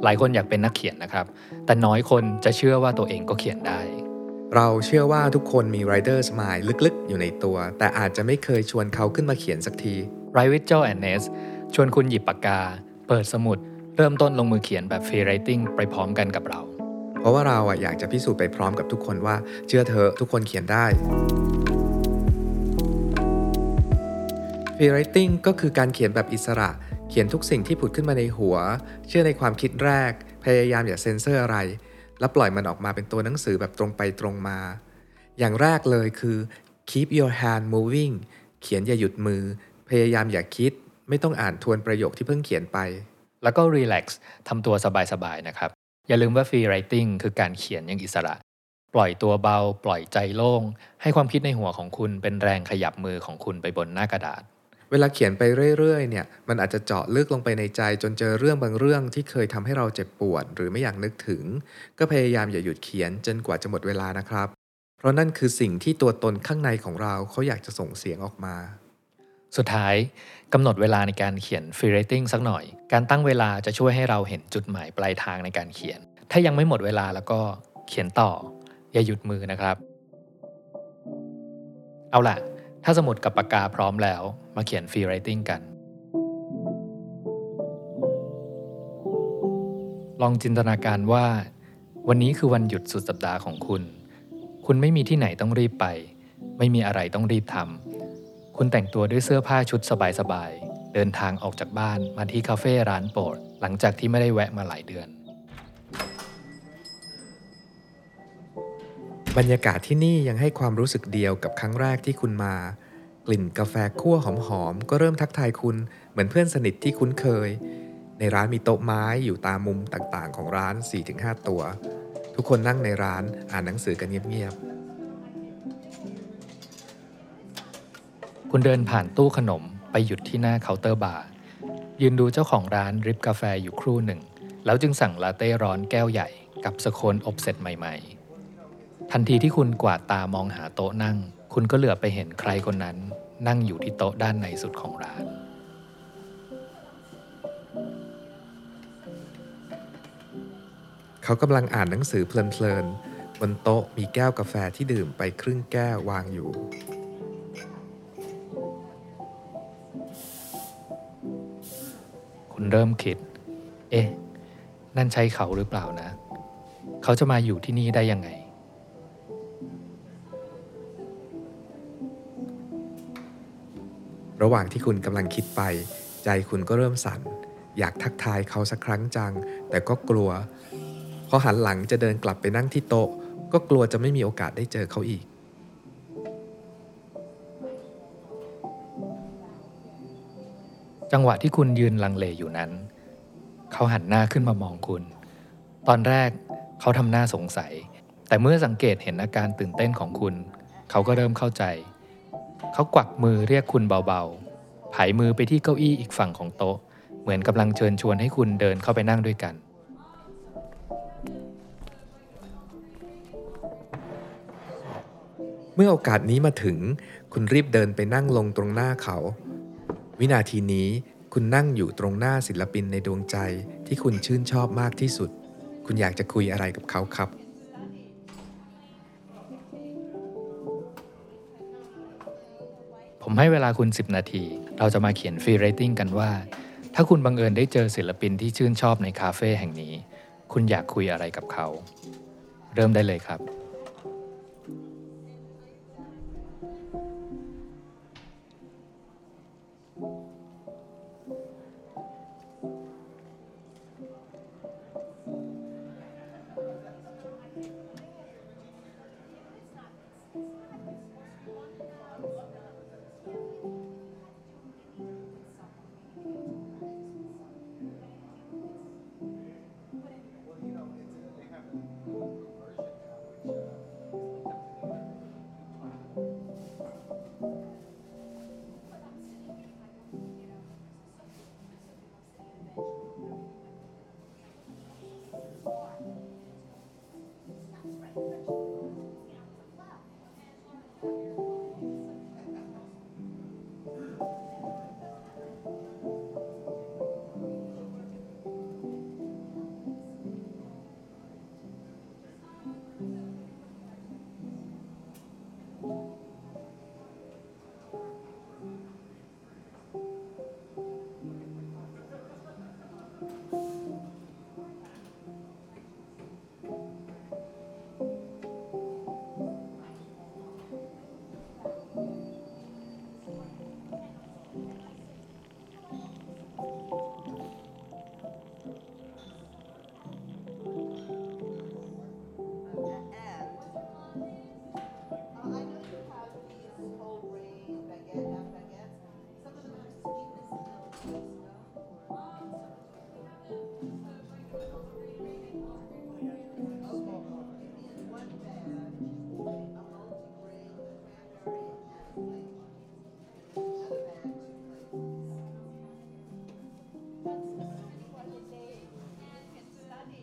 หลายคนอยากเป็นนักเขียนนะครับแต่น้อยคนจะเชื่อว่าตัวเองก็เขียนได้เราเชื่อว่าทุกคนมี Writer's Mind ลึกๆอยู่ในตัวแต่อาจจะไม่เคยชวนเขาขึ้นมาเขียนสักที Write with Joe and Ness ชวนคุณหยิบปากกาเปิดสมุดเริ่มต้นลงมือเขียนแบบ Free Writing ไปพร้อมกันกับเราเพราะว่าเราอยากจะพิสูจน์ไปพร้อมกับทุกคนว่าเชื่อเถอะทุกคนเขียนได้ Free Writing ก็คือการเขียนแบบอิสระเขียนทุกสิ่งที่ผุดขึ้นมาในหัวเชื่อในความคิดแรกพยายามอย่าเซ็นเซอร์อะไรแล้วปล่อยมันออกมาเป็นตัวหนังสือแบบตรงไปตรงมาอย่างแรกเลยคือ keep your hand moving เขียนอย่าหยุดมือพยายามอย่าคิดไม่ต้องอ่านทวนประโยคที่เพิ่งเขียนไปแล้วก็ relax ทำตัวสบายๆนะครับอย่าลืมว่า Free Writing คือการเขียนอย่างอิสระปล่อยตัวเบาปล่อยใจโล่งให้ความคิดในหัวของคุณเป็นแรงขยับมือของคุณไปบนหน้ากระดาษเวลาเขียนไปเรื่อยๆเนี่ยมันอาจจะเจาะลึกลงไปในใจจนเจอเรื่องบางเรื่องที่เคยทำให้เราเจ็บปวดหรือไม่อยากนึกถึงก็พยายามอย่าหยุดเขียนจนกว่าจะหมดเวลานะครับเพราะนั่นคือสิ่งที่ตัวตนข้างในของเราเขาอยากจะส่งเสียงออกมาสุดท้ายกำหนดเวลาในการเขียน Free Writing สักหน่อยการตั้งเวลาจะช่วยให้เราเห็นจุดหมายปลายทางในการเขียนถ้ายังไม่หมดเวลาแล้วก็เขียนต่ออย่าหยุดมือนะครับเอาล่ะถ้าสมุดกับปากกาพร้อมแล้วมาเขียน Free Writing กันลองจินตนาการว่าวันนี้คือวันหยุดสุดสัปดาห์ของคุณไม่มีที่ไหนต้องรีบไปไม่มีอะไรต้องรีบทำคุณแต่งตัวด้วยเสื้อผ้าชุดสบายๆเดินทางออกจากบ้านมาที่คาเฟ่ร้านโปรดหลังจากที่ไม่ได้แวะมาหลายเดือนบรรยากาศที่นี่ยังให้ความรู้สึกเดียวกับครั้งแรกที่คุณมากลิ่นกาแฟคั่วหอมๆก็เริ่มทักทายคุณเหมือนเพื่อนสนิทที่คุ้นเคยในร้านมีโต๊ะไม้อยู่ตามมุมต่างๆของร้าน 4-5 ตัวทุกคนนั่งในร้านอ่านหนังสือกันเงียบคุณเดินผ่านตู้ขนมไปหยุดที่หน้าเคาน์เตอร์บาร์ยืนดูเจ้าของร้านดริปกาแฟอยู่ครู่หนึ่งแล้วจึงสั่งลาเต้ร้อนแก้วใหญ่กับสโคนอบเสร็จใหม่ๆทันทีที่คุณกวาดตามองหาโต๊ะนั่งคุณก็เหลือบไปเห็นใครคนนั้นนั่งอยู่ที่โต๊ะด้านในสุดของร้านๆเขากำลังอ่านหนังสือเพลินๆบนโต๊ะมีแก้วกาแฟที่ดื่มไปครึ่งแก้ววางอยู่คุณเริ่มคิดเอ๊ะนั่นใช่เขาหรือเปล่านะเขาจะมาอยู่ที่นี่ได้ยังไงระหว่างที่คุณกำลังคิดไปใจคุณก็เริ่มสั่นอยากทักทายเขาสักครั้งจังแต่ก็กลัวพอหันหลังจะเดินกลับไปนั่งที่โต๊ะก็กลัวจะไม่มีโอกาสได้เจอเขาอีกจังหวะที่คุณยืนลังเลอยู่นั้นเขาหันหน้าขึ้นมามองคุณตอนแรกเขาทำหน้าสงสัยแต่เมื่อสังเกตเห็นอาการตื่นเต้นของคุณเขาก็เริ่มเข้าใจเขากวักมือเรียกคุณเบาๆไผมือไปที่เก้าอี้อีกฝั่งของโต๊ะเหมือนกำลังเชิญชวนให้คุณเดินเข้าไปนั่งด้วยกันเมื่อโอกาสนี้มาถึงคุณรีบเดินไปนั่งลงตรงหน้าเขาวินาทีนี้คุณนั่งอยู่ตรงหน้าศิลปินในดวงใจที่คุณชื่นชอบมากที่สุดคุณอยากจะคุยอะไรกับเขาครับผมให้เวลาคุณ10นาทีเราจะมาเขียนฟรีไรติ้งกันว่าถ้าคุณบังเอิญได้เจอศิลปินที่ชื่นชอบในคาเฟ่แห่งนี้คุณอยากคุยอะไรกับเขาเริ่มได้เลยครับ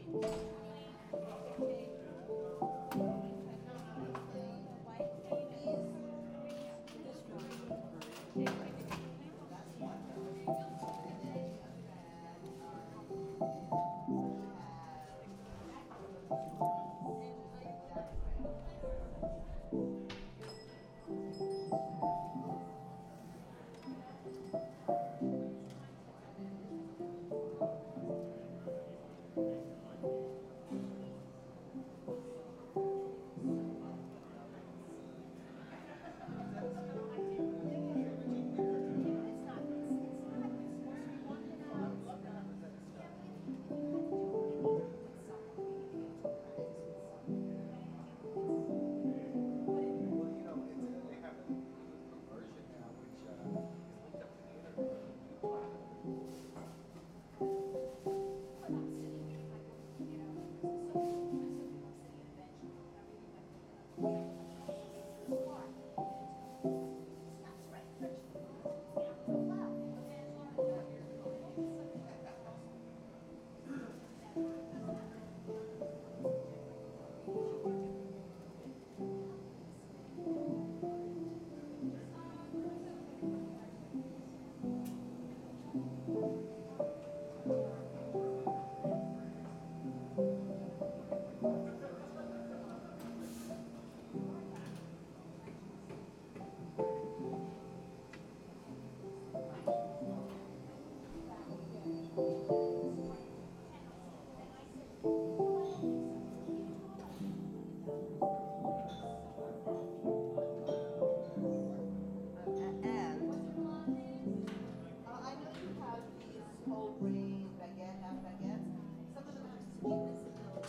I know you have these whole grain baguette, half baguettes. Some of them have sweetness in them.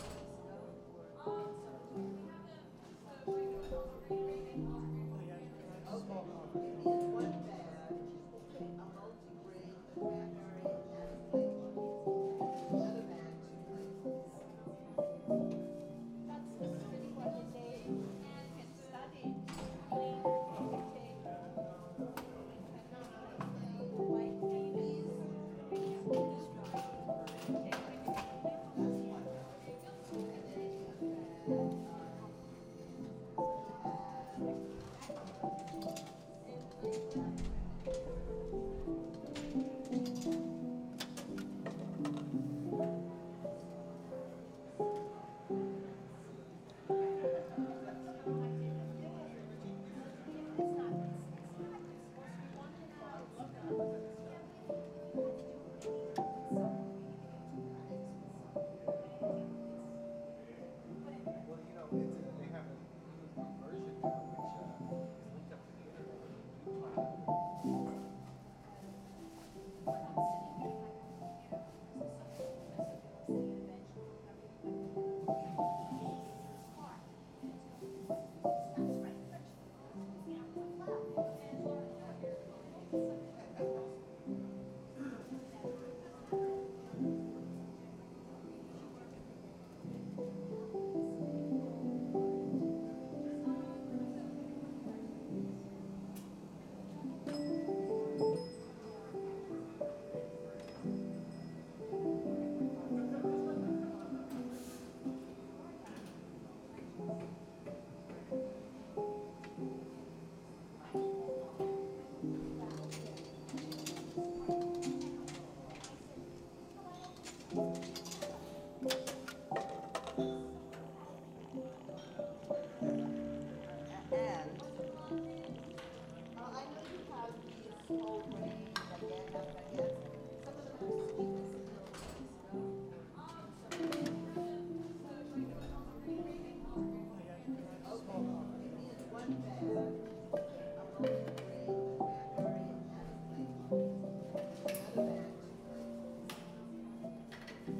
Okay, maybe in one bag, a multi-grain cranberry and plain ones. Another bag, 2 plain ones. That's really what they can study. White babies. And I know you have these whole grain baguette, half baguettes. Some of them have sweetness in them. Okay, maybe in one bag, a multi-grain cranberry and plain ones. Another bag, 2 plain ones.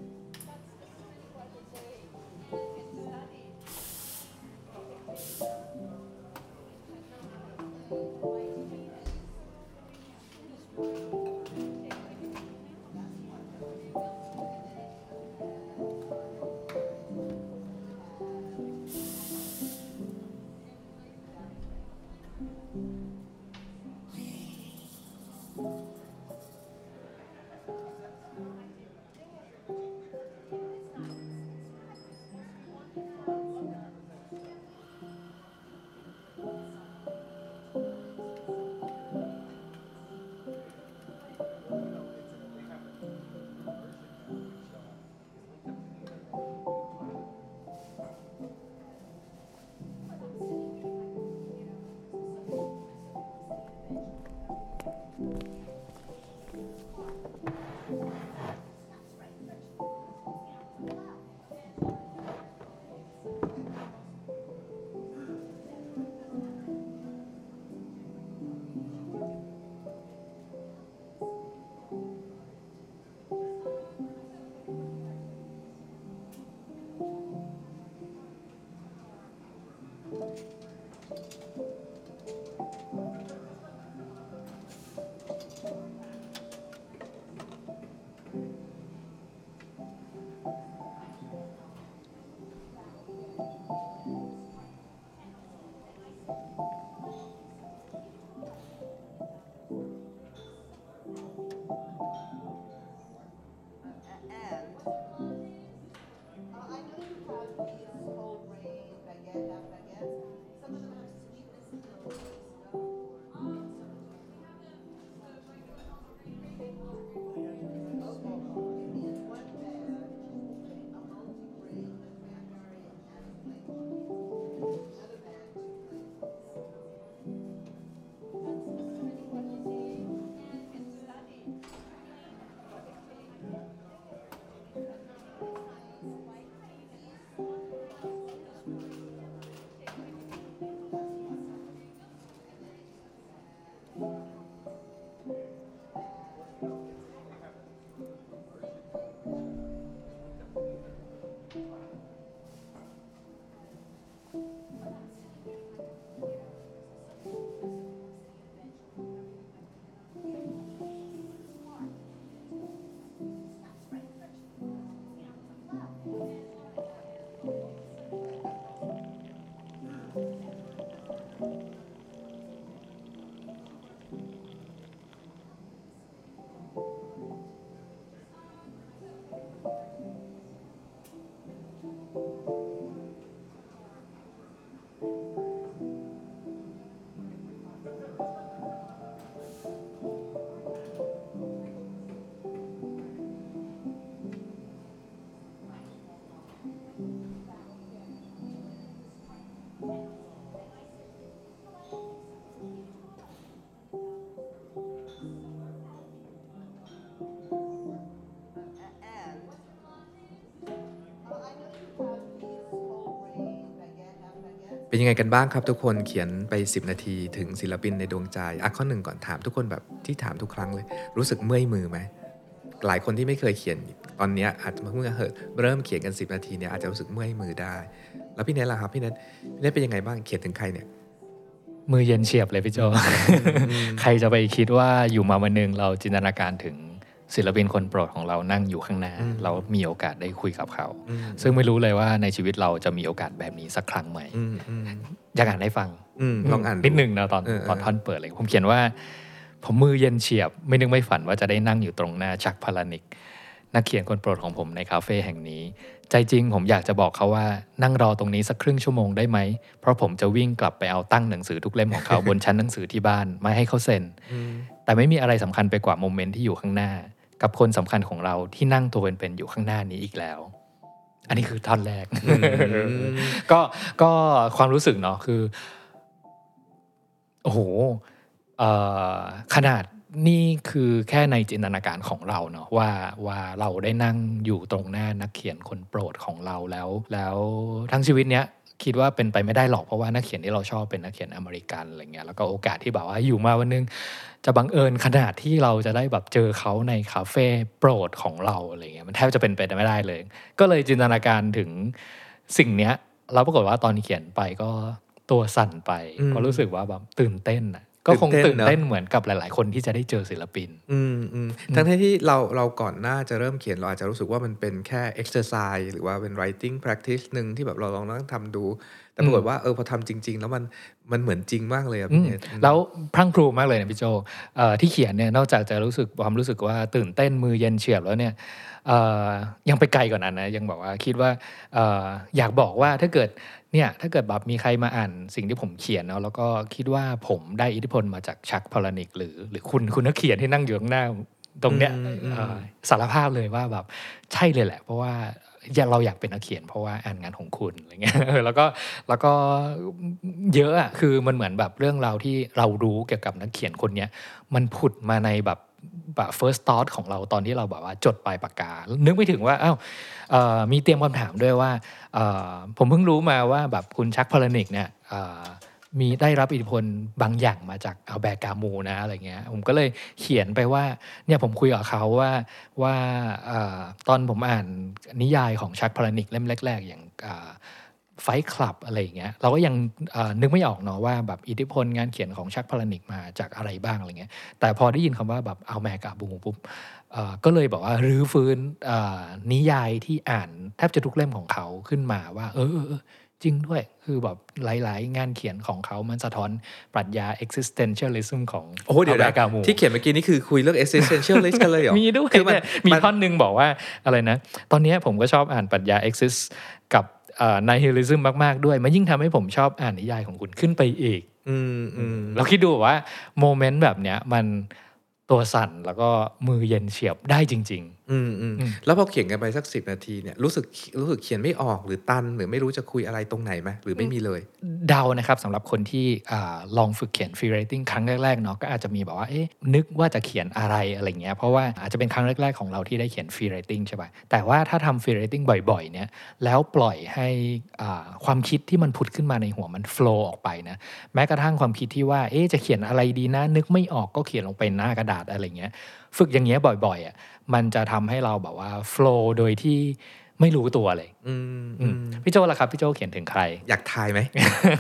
เป็นยังไงกันบ้างครับทุกคนเขียนไป10นาทีถึงศิลปินในดวงใจข้อ1ก่อนถามทุกคนแบบที่ถามทุกครั้งเลยรู้สึกเมื่อยมือไหมหลายคนที่ไม่เคยเขียนตอนเนี้ยอาจจะเพิ่งเริ่มเขียนกัน10นาทีเนี่ยอาจจะรู้สึกเมื่อยมือได้แล้วพี่เนทล่ะครับพี่เนทเป็นยังไงบ้างเขียนถึงใครเนี่ยมือเย็นเฉียบเลยพี่โจ ใครจะไปคิดว่าอยู่มาวันหนึ่งเราจินตนาการถึงศิลปินคนโปรดของเรานั่งอยู่ข้างหน้าเรามีโอกาสได้คุยกับเขาซึ่งไม่รู้เลยว่าในชีวิตเราจะมีโอกาสแบบนี้สักครั้งไหมอยากอ่านให้ฟังลองอ่านดูนิดนึงนะตอนท่อนเปิดเลยผมเขียนว่าผมมือเย็นเฉียบไม่นึกไม่ฝันว่าจะได้นั่งอยู่ตรงหน้าชักพลานิกนักเขียนคนโปรดของผมในคาเฟ่แห่งนี้ใจจริงผมอยากจะบอกเขาว่านั่งรอตรงนี้สักครึ่งชั่วโมงได้ไหมเพราะผมจะวิ่งกลับไปเอาตั้งหนังสือทุกเล่มของเขา บนชั้นหนังสือที่บ้านมาให้เขาเซ็นแต่ไม่มีอะไรสำคัญไปกว่าโมเมนต์ที่อยู่ข้างหน้ากับคนสำคัญของเราที่นั่งตัวเป็นๆอยู่ข้างหน้านี้อีกแล้วอันนี้คือท่อนแรก ก็ความรู้สึกเนาะคือโอ้โหขนาดนี่คือแค่ในจินตนาการของเราเนาะว่าเราได้นั่งอยู่ตรงหน้านักเขียนคนโปรดของเราแล้วทั้งชีวิตเนี้ยคิดว่าเป็นไปไม่ได้หรอกเพราะว่านักเขียนที่เราชอบเป็นนักเขียนอเมริกันอะไรเงี้ยแล้วก็โอกาสที่แบบว่าอยู่มาวันนึงจะบังเอิญขนาดที่เราจะได้แบบเจอเขาในคาเฟ่โปรดของเราอะไรเงี้ยมันแทบจะเป็นไปไม่ได้เลยก็เลยจินตนาการถึงสิ่งเนี้ยแล้วปรากฏว่าตอนเขียนไปก็ตัวสั่นไปก็รู้สึกว่าแบบตื่นเต้นอะก็คงตื่นเต้นเหมือนกับหลายๆคนที่จะได้เจอศิลปินทั้งที่เราก่อนหน้าจะเริ่มเขียนเราอาจจะรู้สึกว่ามันเป็นแค่ exercise หรือว่าเป็น writing practice นึงที่แบบเราลองนั่งทำดูแต่ปรากฏว่าพอทำจริงๆแล้วมันเหมือนจริงมากเลยพี่เนทแล้วพรั่งพรูมากเลยนะพี่โจที่เขียนเนี่ยนอกจากจะความรู้สึกว่าตื่นเต้นมือเย็นเฉียบแล้วเนี่ยยังไปไกลกว่านั้นนะยังบอกว่าคิดว่าอยากบอกว่าถ้าเกิดแบบมีใครมาอ่านสิ่งที่ผมเขียนเนาะแล้วก็คิดว่าผมได้อิทธิพลมาจากชักพลานิกหรือคุณนักเขียนที่นั่งอยู่ข้างหน้าตรงเนี้ยสารภาพเลยว่าแบบใช่เลยแหละเพราะว่าเราอยากเป็นนักเขียนเพราะว่าอ่านงานของคุณอะไรเงี้ยแล้วก็เยอะอะคือมันเหมือนแบบเรื่องราวที่เรารู้เกี่ยวกับนักเขียนคนเนี้ยมันผุดมาในแบบ first thought ของเราตอนที่เราแบบว่าจดปลายปากกานึกไม่ถึงว่ามีเตรียมคำถามด้วยว่าผมเพิ่งรู้มาว่าแบบคุณชักพลานิกเนี่ยมีได้รับอิทธิพลบางอย่างมาจากอัลแบร์กามูนะอะไรเงี้ยผมก็เลยเขียนไปว่าเนี่ยผมคุยกับเขาว่าตอนผมอ่านนิยายของชักพลานิกเล่มแรกๆอย่างไฟท์คลับอะไรอย่างเงี้ยเราก็ยังนึกไม่ออกเนาะว่าแบบอิทธิพลงานเขียนของชักพลานิกมาจากอะไรบ้างอะไรเงี้ยแต่พอได้ยินคำว่าแบบอัลแบร์กามูปุ๊บก็เลยบอกว่ารื้อฟื้นนิยายที่อ่านแทบจะทุกเล่มของเขาขึ้นมาว่าจริงด้วยคือแบบหลายๆงานเขียนของเขามันสะท้อนปรัชญา existentialism ของเดี๋ยวนะที่เขียนเมื่อกี้นี่คือคุยเรื่อง existentialist กันเลยเหรอมีด้วยมีท่อนนึงบอกว่าอะไรนะตอนนี้ผมก็ชอบอ่านปรัชญา exist กับnihilism มากๆด้วยมันยิ่งทำให้ผมชอบอ่านนิยายของคุณขึ้นไปอีกเราคิดดูว่าโมเมนต์แบบเนี้ยมันตัวสั่นแล้วก็มือเย็นเฉียบได้จริงๆแล้วพอเขียนกันไปสัก10นาทีเนี่ยรู้สึกเขียนไม่ออกหรือตันหรือไม่รู้จะคุยอะไรตรงไหนไหมหรือไม่มีเลยเดานะครับสำหรับคนที่ลองฝึกเขียน free writing ครั้งแรกๆเนาะก็อาจจะมีแบบว่านึกว่าจะเขียนอะไรเงี้ยเพราะว่าอาจจะเป็นครั้งแรกๆของเราที่ได้เขียน free writing ใช่ป่ะแต่ว่าถ้าทำ free writing บ่อยๆเนี่ยแล้วปล่อยให้ความคิดที่มันผุดขึ้นมาในหัวมัน flow ออกไปนะแม้กระทั่งความคิดที่ว่าจะเขียนอะไรดีนะนึกไม่ออกก็เขียนลงไปหน้ากระดาษอะไรเงี้ยฝึกอย่างเงี้ยบ่อยๆอ่ะมันจะทำให้เราแบบว่า flow โดยที่ไม่รู้ตัวเลยพี่โจล่ะครับพี่โจเขียนถึงใครอยากทายไหม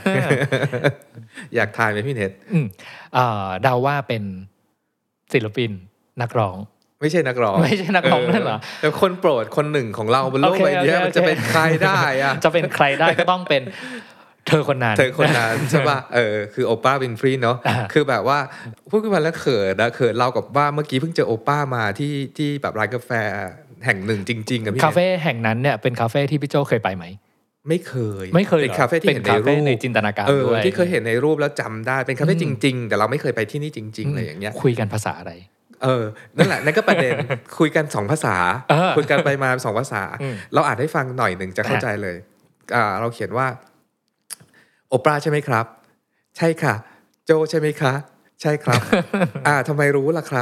อยากทายไหมพี่เน็ตเดาว่าเป็นศิลปินนักร้องไม่ใช่นักร้องนั่นเหรอแต่คนโปรดคนหนึ่งของเราบนโลกใบนี้มันจะเป็นใครได้อะจะเป็นใครได้ก็ต้องเป็นเธอคนนั้นใช่ป่ะคือโอปราห์วินฟรีเนาะคือแบบว่าพูดขึ้นมาแล้วเขินเรากับว่าเมื่อกี้เพิ่งเจอโอปราห์มาที่แบบร้านกาแฟแห่งหนึ่งจริงๆกับพี่คาเฟ่แห่งนั้นเนี่ยเป็นคาเฟ่ที่พี่โจเคยไปไหมไม่เคยเป็นคาเฟ่ที่เห็นในรูปในจินตนาการด้วยที่เคยเห็นในรูปแล้วจำได้เป็นคาเฟ่จริงๆแต่เราไม่เคยไปที่นี่จริงๆอะไรอย่างเงี้ยคุยกันภาษาอะไรนั่นแหละนั่นก็ประเด็นคุยกัน2ภาษาคุยกันไปมา2ภาษาเราอ่านให้ฟังหน่อยนึงจะเข้าใจเลยเราเขียนว่าโอปราใช่ไหมครับใช่ค่ะโจใช่ไหมคะใช่ครับทำไมรู้ล่ะครับ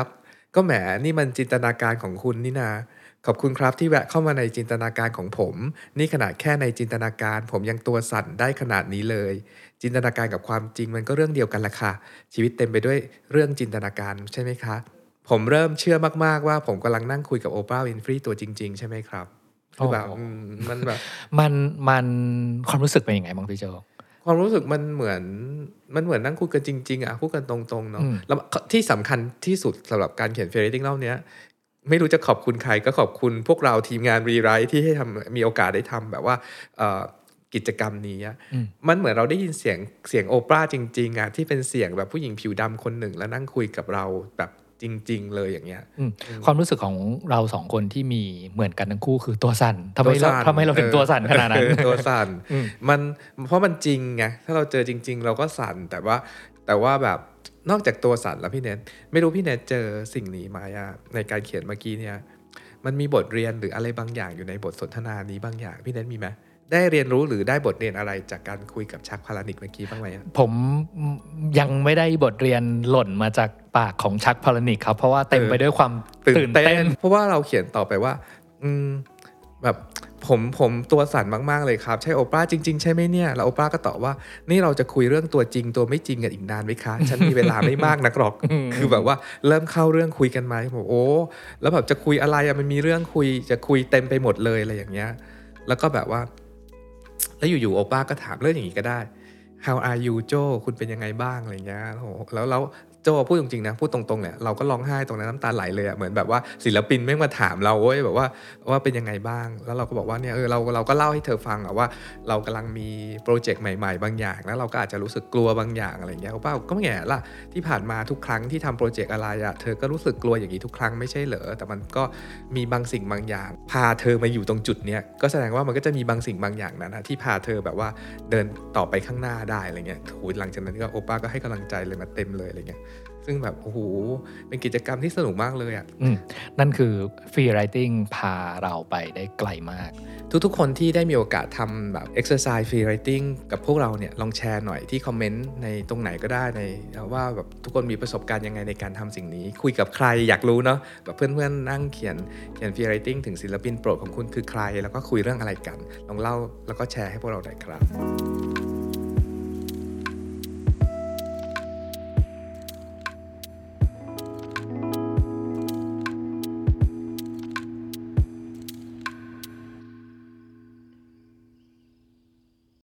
ก็แหมนี่มันจินตนาการของคุณนี่นาขอบคุณครับที่แวะเข้ามาในจินตนาการของผม นี่ขนาดแค่ในจินตนาการผมยังตัวสั่นได้ขนาดนี้เลย จินตนาการกับความจริงมันก็เรื่องเดียวกันละค่ะชีวิตเต็มไปด้วยเรื่องจินตนาการใช่ไหมคะผมเริ่มเชื่อมากๆว่าผมกำลังนั่งคุยกับโอปราห์วินฟรีตัวจริงๆใช่ไหมครับคือแบบโอ้โหมันแบบมันความรู้สึกเป็นยังไงบ้างพี่โจความรู้สึกมันเหมือนนั่งคุยกันจริงๆอ่ะพูดกันตรงๆเนาะอืมแล้วที่สำคัญที่สุดสำหรับการเขียน Fear Writing เล่าเนี้ยไม่รู้จะขอบคุณใครก็ขอบคุณพวกเราทีมงาน Rewrite ที่ให้มีโอกาสได้ทำแบบว่ากิจกรรมนี้อะอืมมันเหมือนเราได้ยินเสียงโอปราจริงๆอ่ะที่เป็นเสียงแบบผู้หญิงผิวดำคนหนึ่งแล้วนั่งคุยกับเราแบบจริง ๆ เลยอย่างเงี้ยความรู้สึกของเราสองคนที่มีเหมือนกันทั้งคู่คือตัวสั่นทำไมตัวสั่นทำไมเราถึงตัวสั่นขนาดนั้นตัวสั่นอืมมันเพราะมันจริงไงถ้าเราเจอจริง ๆ เราก็สั่นแต่ว่าแบบนอกจากตัวสั่นแล้วพี่เนทไม่รู้พี่เนทเจอสิ่งนี้ไหมอะในการเขียนเมื่อกี้เนี่ยมันมีบทเรียนหรืออะไรบางอย่างอยู่ในบทสนทนานี้บางอย่างพี่เนทมีไหมได้เรียนรู้หรือได้บทเรียนอะไรจากการคุยกับชักพารานิกเมื่อกี้บ้างไหมอะผมยังไม่ได้บทเรียนหล่นมาจากปากของชักพารานิกครับ เพราะว่าเต็มไปด้วยความตื่นเต้นเพราะว่าเราเขียนต่อไปว่าแบบผมตัวสั่นมากๆเลยครับใช่โอปราจริงๆใช่ไหมเนี่ยแล้วโอปราก็ตอบว่านี่เราจะคุยเรื่องตัวจริงตัวไม่จริงกันอีกนานไหมคะฉันมีเวลาไม่มากนักหรอก คือแบบว่าเริ่มเข้าเรื่องคุยกันไหมผมโอ้แล้วแบบจะคุยอะไรอะมันมีเรื่องคุยจะคุยเต็มไปหมดเลยอะไรอย่างเงี้ยแล้วก็แบบว่า แล้วอยู่ๆโอป้าก็ถามเรื่องอย่างนี้ก็ได้ How are you โจคุณเป็นยังไงบ้างอะไรเงี้ยโอ้โหแล้วโจพูดจริงๆนะพูดตรงๆเนี่ยเราก็ร้องไห้ตรงนั้นน้ำตาไหลเลยอะเหมือนแบบว่าศิลปินแม่งมาถามเราเว้ยแบบว่าเป็นยังไงบ้างแล้วเราก็บอกว่าเนี่ยเราก็เล่าให้เธอฟังอะว่าเรากำลังมีโปรเจกต์ใหม่ๆบางอย่างแล้วเราก็อาจจะรู้สึกกลัวบางอย่างอะไรเงี้ยโอป้าก็ไม่แง่ละที่ผ่านมาทุกครั้งที่ทำโปรเจกต์อะไรอะเธอก็รู้สึกกลัวอย่างนี้ทุกครั้งไม่ใช่เหรอแต่มันก็มีบางสิ่งบางอย่างพาเธอมาอยู่ตรงจุดเนี้ยก็แสดงว่ามันก็จะมีบางสิ่งบางอย่างนั้นนะที่พาเธอแบบว่าเดินต่อไปข้างหน้าได้อะไรเงี้ยโหหลังจากนั้นก็โอป้าก็ให้กำลังใจเลยมาเต็มเลยอะไรเงี้ยซึ่งแบบโอ้โหเป็นกิจกรรมที่สนุกมากเลยอ่ะนั่นคือ Free Writing พาเราไปได้ไกลมากทุกๆคนที่ได้มีโอกาสทำแบบ exercise free writing กับพวกเราเนี่ยลองแชร์หน่อยที่คอมเมนต์ในตรงไหนก็ได้ในว่าแบบทุกคนมีประสบการณ์ยังไงในการทำสิ่งนี้ คุยกับใครอยากรู้เนาะแบบเพื่อนๆนั่งเขียน free writing ถึงศิลปินโปรดของคุณคือใครแล้วก็คุยเรื่องอะไรกันลองเล่าแล้วก็แชร์ให้พวกเราได้ครับ